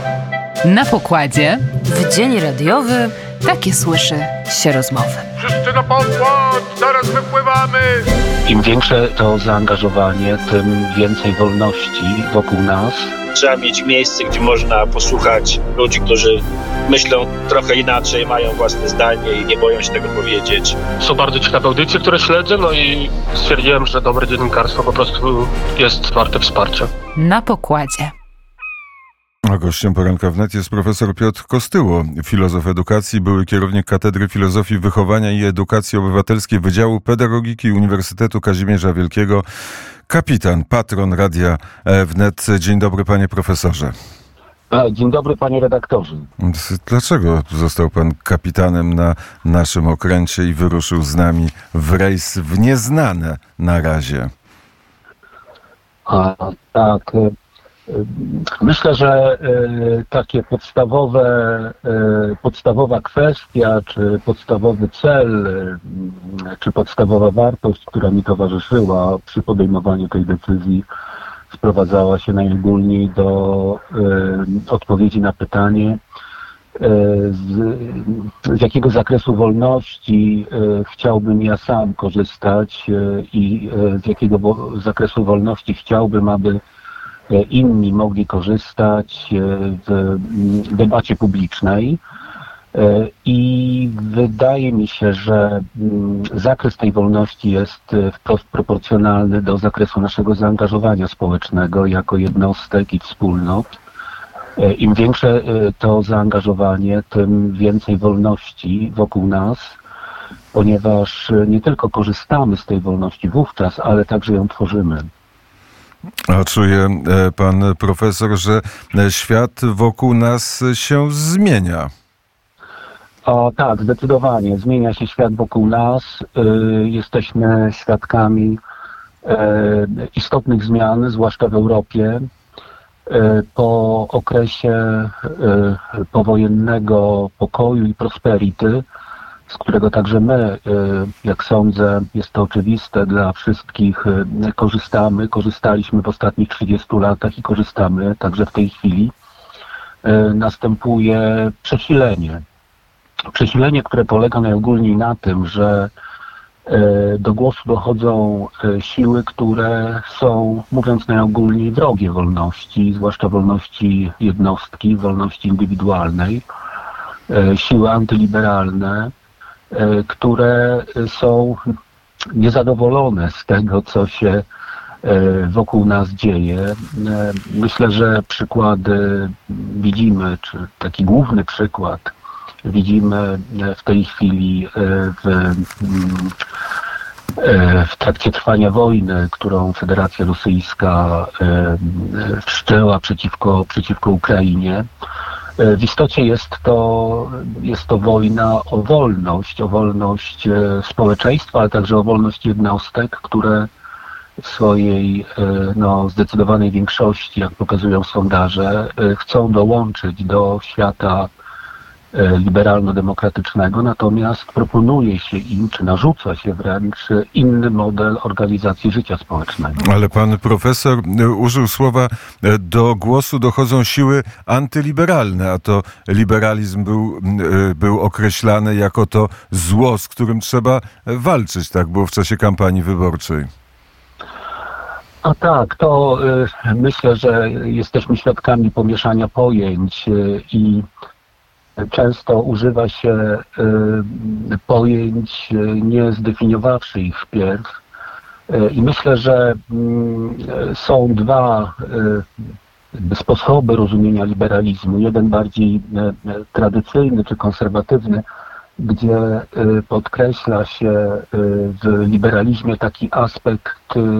Na pokładzie w dzień radiowy takie słyszy się rozmowy. Wszyscy na pokład, zaraz wypływamy! Im większe to zaangażowanie, tym więcej wolności wokół nas. Trzeba mieć miejsce, gdzie można posłuchać ludzi, którzy myślą trochę inaczej, mają własne zdanie i nie boją się tego powiedzieć. Są bardzo ciekawe audycje, które śledzę, no i stwierdziłem, że dobre dziennikarstwo po prostu jest warte wsparcia. Na pokładzie. A gościem Poranka Wnet jest profesor Piotr Kostyło, filozof edukacji, były kierownik Katedry Filozofii Wychowania i Edukacji Obywatelskiej Wydziału Pedagogiki Uniwersytetu Kazimierza Wielkiego, kapitan, patron Radia Wnet. Dzień dobry, panie profesorze. Dzień dobry, panie redaktorze. Dlaczego został pan kapitanem na naszym okręcie i wyruszył z nami w rejs w nieznane na razie? Tak. Myślę, że takie podstawowa kwestia, czy podstawowy cel, czy podstawowa wartość, która mi towarzyszyła przy podejmowaniu tej decyzji, sprowadzała się najogólniej do odpowiedzi na pytanie, z jakiego zakresu wolności chciałbym ja sam korzystać i z jakiego zakresu wolności chciałbym, aby inni mogli korzystać w debacie publicznej. I wydaje mi się, że zakres tej wolności jest wprost proporcjonalny do zakresu naszego zaangażowania społecznego jako jednostek i wspólnot. Im większe to zaangażowanie, tym więcej wolności wokół nas, ponieważ nie tylko korzystamy z tej wolności wówczas, ale także ją tworzymy. A czuje pan profesor, że świat wokół nas się zmienia? Tak, zdecydowanie. Zmienia się świat wokół nas. Jesteśmy świadkami istotnych zmian, zwłaszcza w Europie. Po okresie powojennego pokoju i prosperity, z którego także my, jak sądzę, jest to oczywiste dla wszystkich, korzystaliśmy w ostatnich 30 latach i korzystamy także w tej chwili, następuje przesilenie. Przesilenie, które polega najogólniej na tym, że do głosu dochodzą siły, które są, mówiąc najogólniej, wrogie wolności, zwłaszcza wolności jednostki, wolności indywidualnej, siły antyliberalne, które są niezadowolone z tego, co się wokół nas dzieje. Myślę, że przykłady widzimy, czy taki główny przykład widzimy w tej chwili w trakcie trwania wojny, którą Federacja Rosyjska wszczęła przeciwko Ukrainie. W istocie jest to wojna o wolność społeczeństwa, ale także o wolność jednostek, które w swojej zdecydowanej większości, jak pokazują sondaże, chcą dołączyć do świata liberalno-demokratycznego, natomiast proponuje się im, czy narzuca się wręcz inny model organizacji życia społecznego. Ale pan profesor użył słowa, do głosu dochodzą siły antyliberalne, a to liberalizm był określany jako to zło, z którym trzeba walczyć. Tak było w czasie kampanii wyborczej. A tak, to myślę, że jesteśmy świadkami pomieszania pojęć i często używa się pojęć, nie zdefiniowawszy ich wpierw. I myślę, że są dwa sposoby rozumienia liberalizmu. Jeden bardziej tradycyjny czy konserwatywny, gdzie podkreśla się w liberalizmie taki aspekt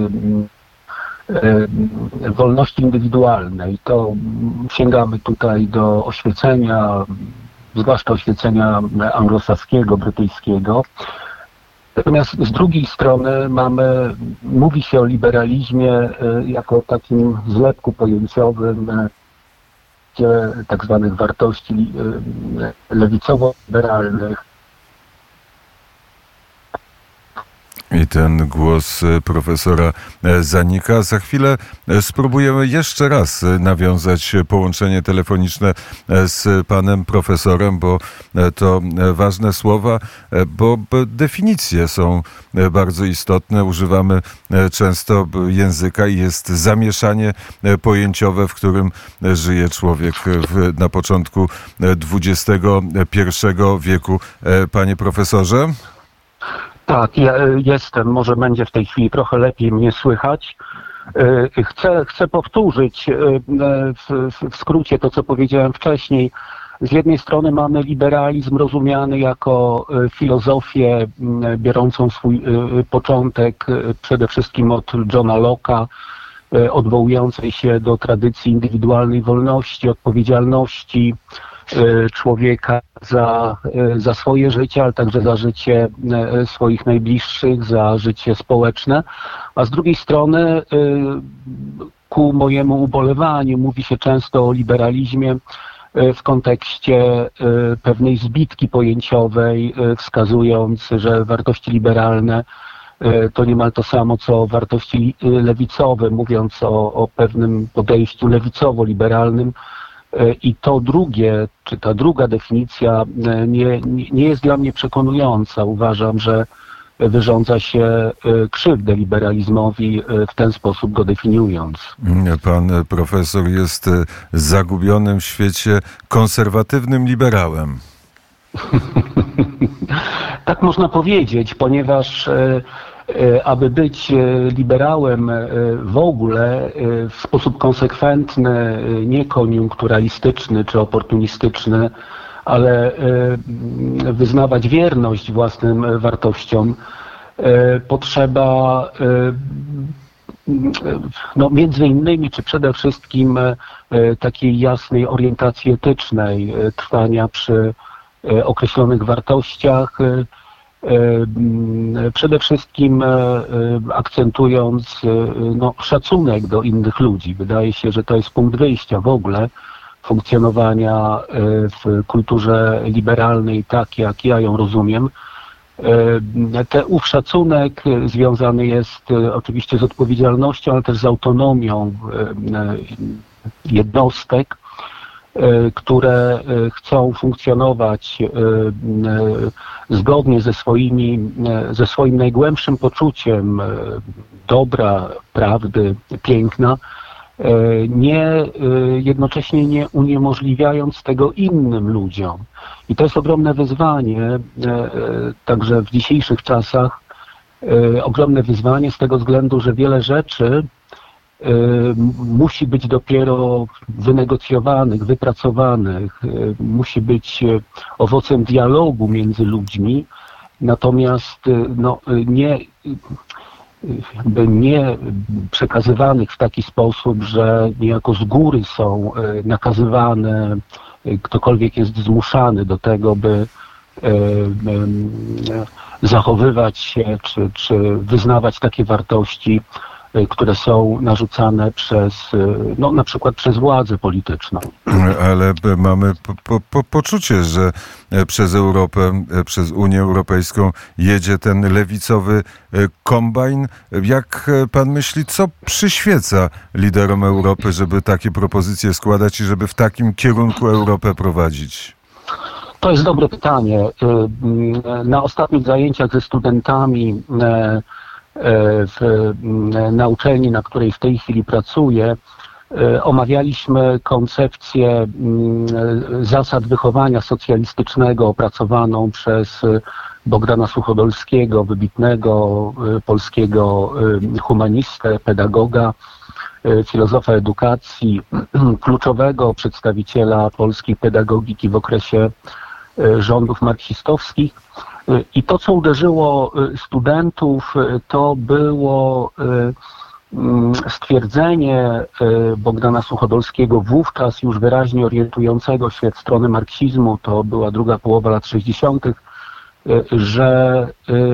wolności indywidualnej. To sięgamy tutaj do oświecenia, zwłaszcza oświecenia anglosaskiego, brytyjskiego. Natomiast z drugiej strony mówi się o liberalizmie jako takim zlepku pojęciowym tak zwanych wartości lewicowo-liberalnych. I ten głos profesora zanika. Za chwilę spróbujemy jeszcze raz nawiązać połączenie telefoniczne z panem profesorem, bo to ważne słowa, bo definicje są bardzo istotne. Używamy często języka i jest zamieszanie pojęciowe, w którym żyje człowiek na początku XXI wieku. Panie profesorze? Tak, ja jestem. Może będzie w tej chwili trochę lepiej mnie słychać. Chcę powtórzyć w skrócie to, co powiedziałem wcześniej. Z jednej strony mamy liberalizm rozumiany jako filozofię biorącą swój początek przede wszystkim od Johna Locke'a, odwołującej się do tradycji indywidualnej wolności, odpowiedzialności człowieka za swoje życie, ale także za życie swoich najbliższych, za życie społeczne. A z drugiej strony ku mojemu ubolewaniu mówi się często o liberalizmie w kontekście pewnej zbitki pojęciowej, wskazując, że wartości liberalne to niemal to samo, co wartości lewicowe, mówiąc o pewnym podejściu lewicowo-liberalnym. I to drugie, czy ta druga definicja nie jest dla mnie przekonująca. Uważam, że wyrządza się krzywdę liberalizmowi w ten sposób go definiując. Pan profesor jest zagubionym w świecie konserwatywnym liberałem. Tak można powiedzieć, ponieważ aby być liberałem w ogóle w sposób konsekwentny, nie koniunkturalistyczny czy oportunistyczny, ale wyznawać wierność własnym wartościom, potrzeba między innymi, czy przede wszystkim takiej jasnej orientacji etycznej, trwania przy określonych wartościach, przede wszystkim akcentując szacunek do innych ludzi. Wydaje się, że to jest punkt wyjścia w ogóle funkcjonowania w kulturze liberalnej, tak jak ja ją rozumiem. Ów szacunek związany jest oczywiście z odpowiedzialnością, ale też z autonomią jednostek, które chcą funkcjonować zgodnie ze swoim najgłębszym poczuciem dobra, prawdy, piękna, jednocześnie nie uniemożliwiając tego innym ludziom. I to jest ogromne wyzwanie, także w dzisiejszych czasach, ogromne wyzwanie z tego względu, że wiele rzeczy musi być dopiero wynegocjowanych, wypracowanych, musi być owocem dialogu między ludźmi, natomiast nie przekazywanych w taki sposób, że niejako z góry są nakazywane, ktokolwiek jest zmuszany do tego, by zachowywać się czy wyznawać takie wartości, które są narzucane na przykład przez władzę polityczną. Ale mamy poczucie, że przez Europę, przez Unię Europejską jedzie ten lewicowy kombajn. Jak pan myśli, co przyświeca liderom Europy, żeby takie propozycje składać i żeby w takim kierunku Europę prowadzić? To jest dobre pytanie. Na ostatnich zajęciach ze studentami na uczelni, na której w tej chwili pracuję, omawialiśmy koncepcję zasad wychowania socjalistycznego opracowaną przez Bogdana Suchodolskiego, wybitnego polskiego humanistę, pedagoga, filozofa edukacji, kluczowego przedstawiciela polskiej pedagogiki w okresie rządów marksistowskich. I to, co uderzyło studentów, to było stwierdzenie Bogdana Suchodolskiego, wówczas już wyraźnie orientującego się w stronę marksizmu, to była druga połowa lat 60., że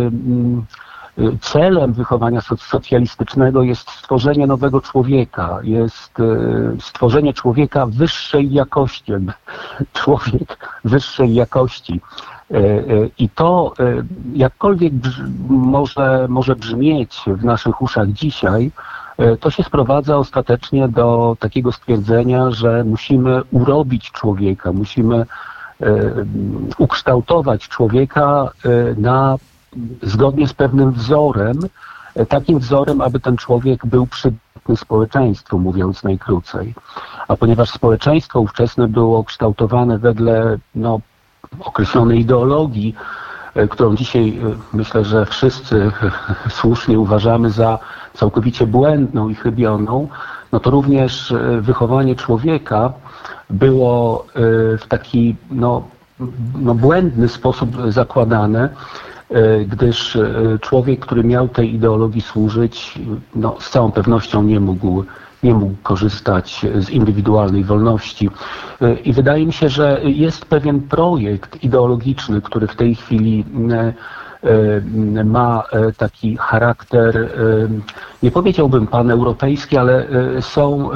celem wychowania socjalistycznego jest stworzenie nowego człowieka, jest stworzenie człowieka wyższej jakości, człowiek wyższej jakości. I to jakkolwiek może brzmieć w naszych uszach dzisiaj, to się sprowadza ostatecznie do takiego stwierdzenia, że musimy urobić człowieka, musimy ukształtować człowieka zgodnie z pewnym wzorem, takim wzorem, aby ten człowiek był przydatny społeczeństwu, mówiąc najkrócej. A ponieważ społeczeństwo ówczesne było kształtowane wedle określonej ideologii, którą dzisiaj myślę, że wszyscy słusznie uważamy za całkowicie błędną i chybioną, no to również wychowanie człowieka było w taki błędny sposób zakładane, gdyż człowiek, który miał tej ideologii służyć, z całą pewnością nie mógł korzystać z indywidualnej wolności. I wydaje mi się, że jest pewien projekt ideologiczny, który w tej chwili ma taki charakter, nie powiedziałbym paneuropejski, ale są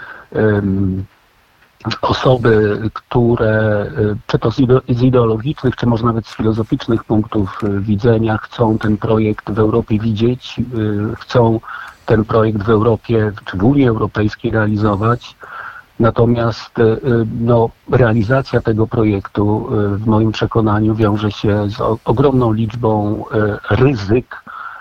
osoby, które czy to z ideologicznych, czy może nawet z filozoficznych punktów widzenia chcą ten projekt w Europie widzieć, chcą ten projekt w Europie czy w Unii Europejskiej realizować. Natomiast realizacja tego projektu w moim przekonaniu wiąże się z ogromną liczbą ryzyk,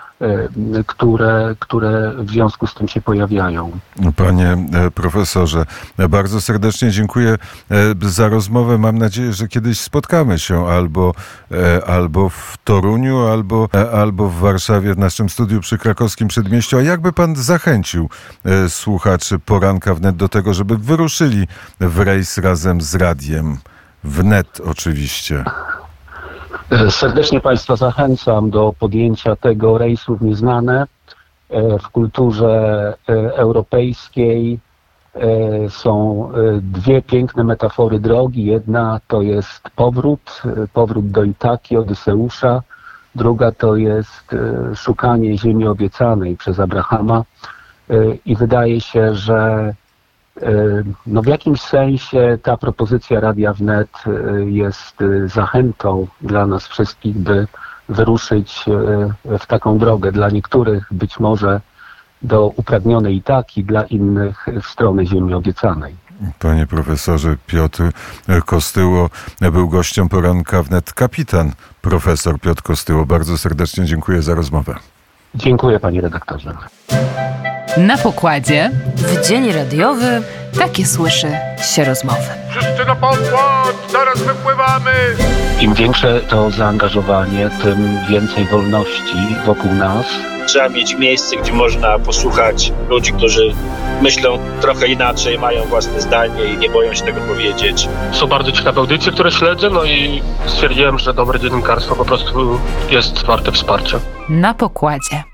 które w związku z tym się pojawiają. Panie profesorze, bardzo serdecznie dziękuję za rozmowę. Mam nadzieję, że kiedyś spotkamy się albo w Toruniu, albo w Warszawie w naszym studiu przy Krakowskim Przedmieściu. A jakby pan zachęcił słuchaczy Poranka Wnet do tego, żeby wyruszyli w rejs razem z radiem? Wnet oczywiście. Serdecznie Państwa zachęcam do podjęcia tego rejsu w nieznane. W kulturze europejskiej są dwie piękne metafory drogi. Jedna to jest powrót do Itaki, Odyseusza. Druga to jest szukanie ziemi obiecanej przez Abrahama. I wydaje się, że w jakimś sensie ta propozycja Radia Wnet jest zachętą dla nas wszystkich, by wyruszyć w taką drogę. Dla niektórych być może do upragnionej Itaki, dla innych w stronę ziemi obiecanej. Panie profesorze, Piotr Kostyło był gościem Poranka Wnet. Kapitan profesor Piotr Kostyło. Bardzo serdecznie dziękuję za rozmowę. Dziękuję, panie redaktorze. Na pokładzie w dzień radiowy takie słyszy się rozmowy. Wszyscy na pokład, zaraz wypływamy! Im większe to zaangażowanie, tym więcej wolności wokół nas. Trzeba mieć miejsce, gdzie można posłuchać ludzi, którzy myślą trochę inaczej, mają własne zdanie i nie boją się tego powiedzieć. Są bardzo ciekawe audycje, które śledzę, i stwierdziłem, że dobre dziennikarstwo po prostu jest warte wsparcia. Na pokładzie.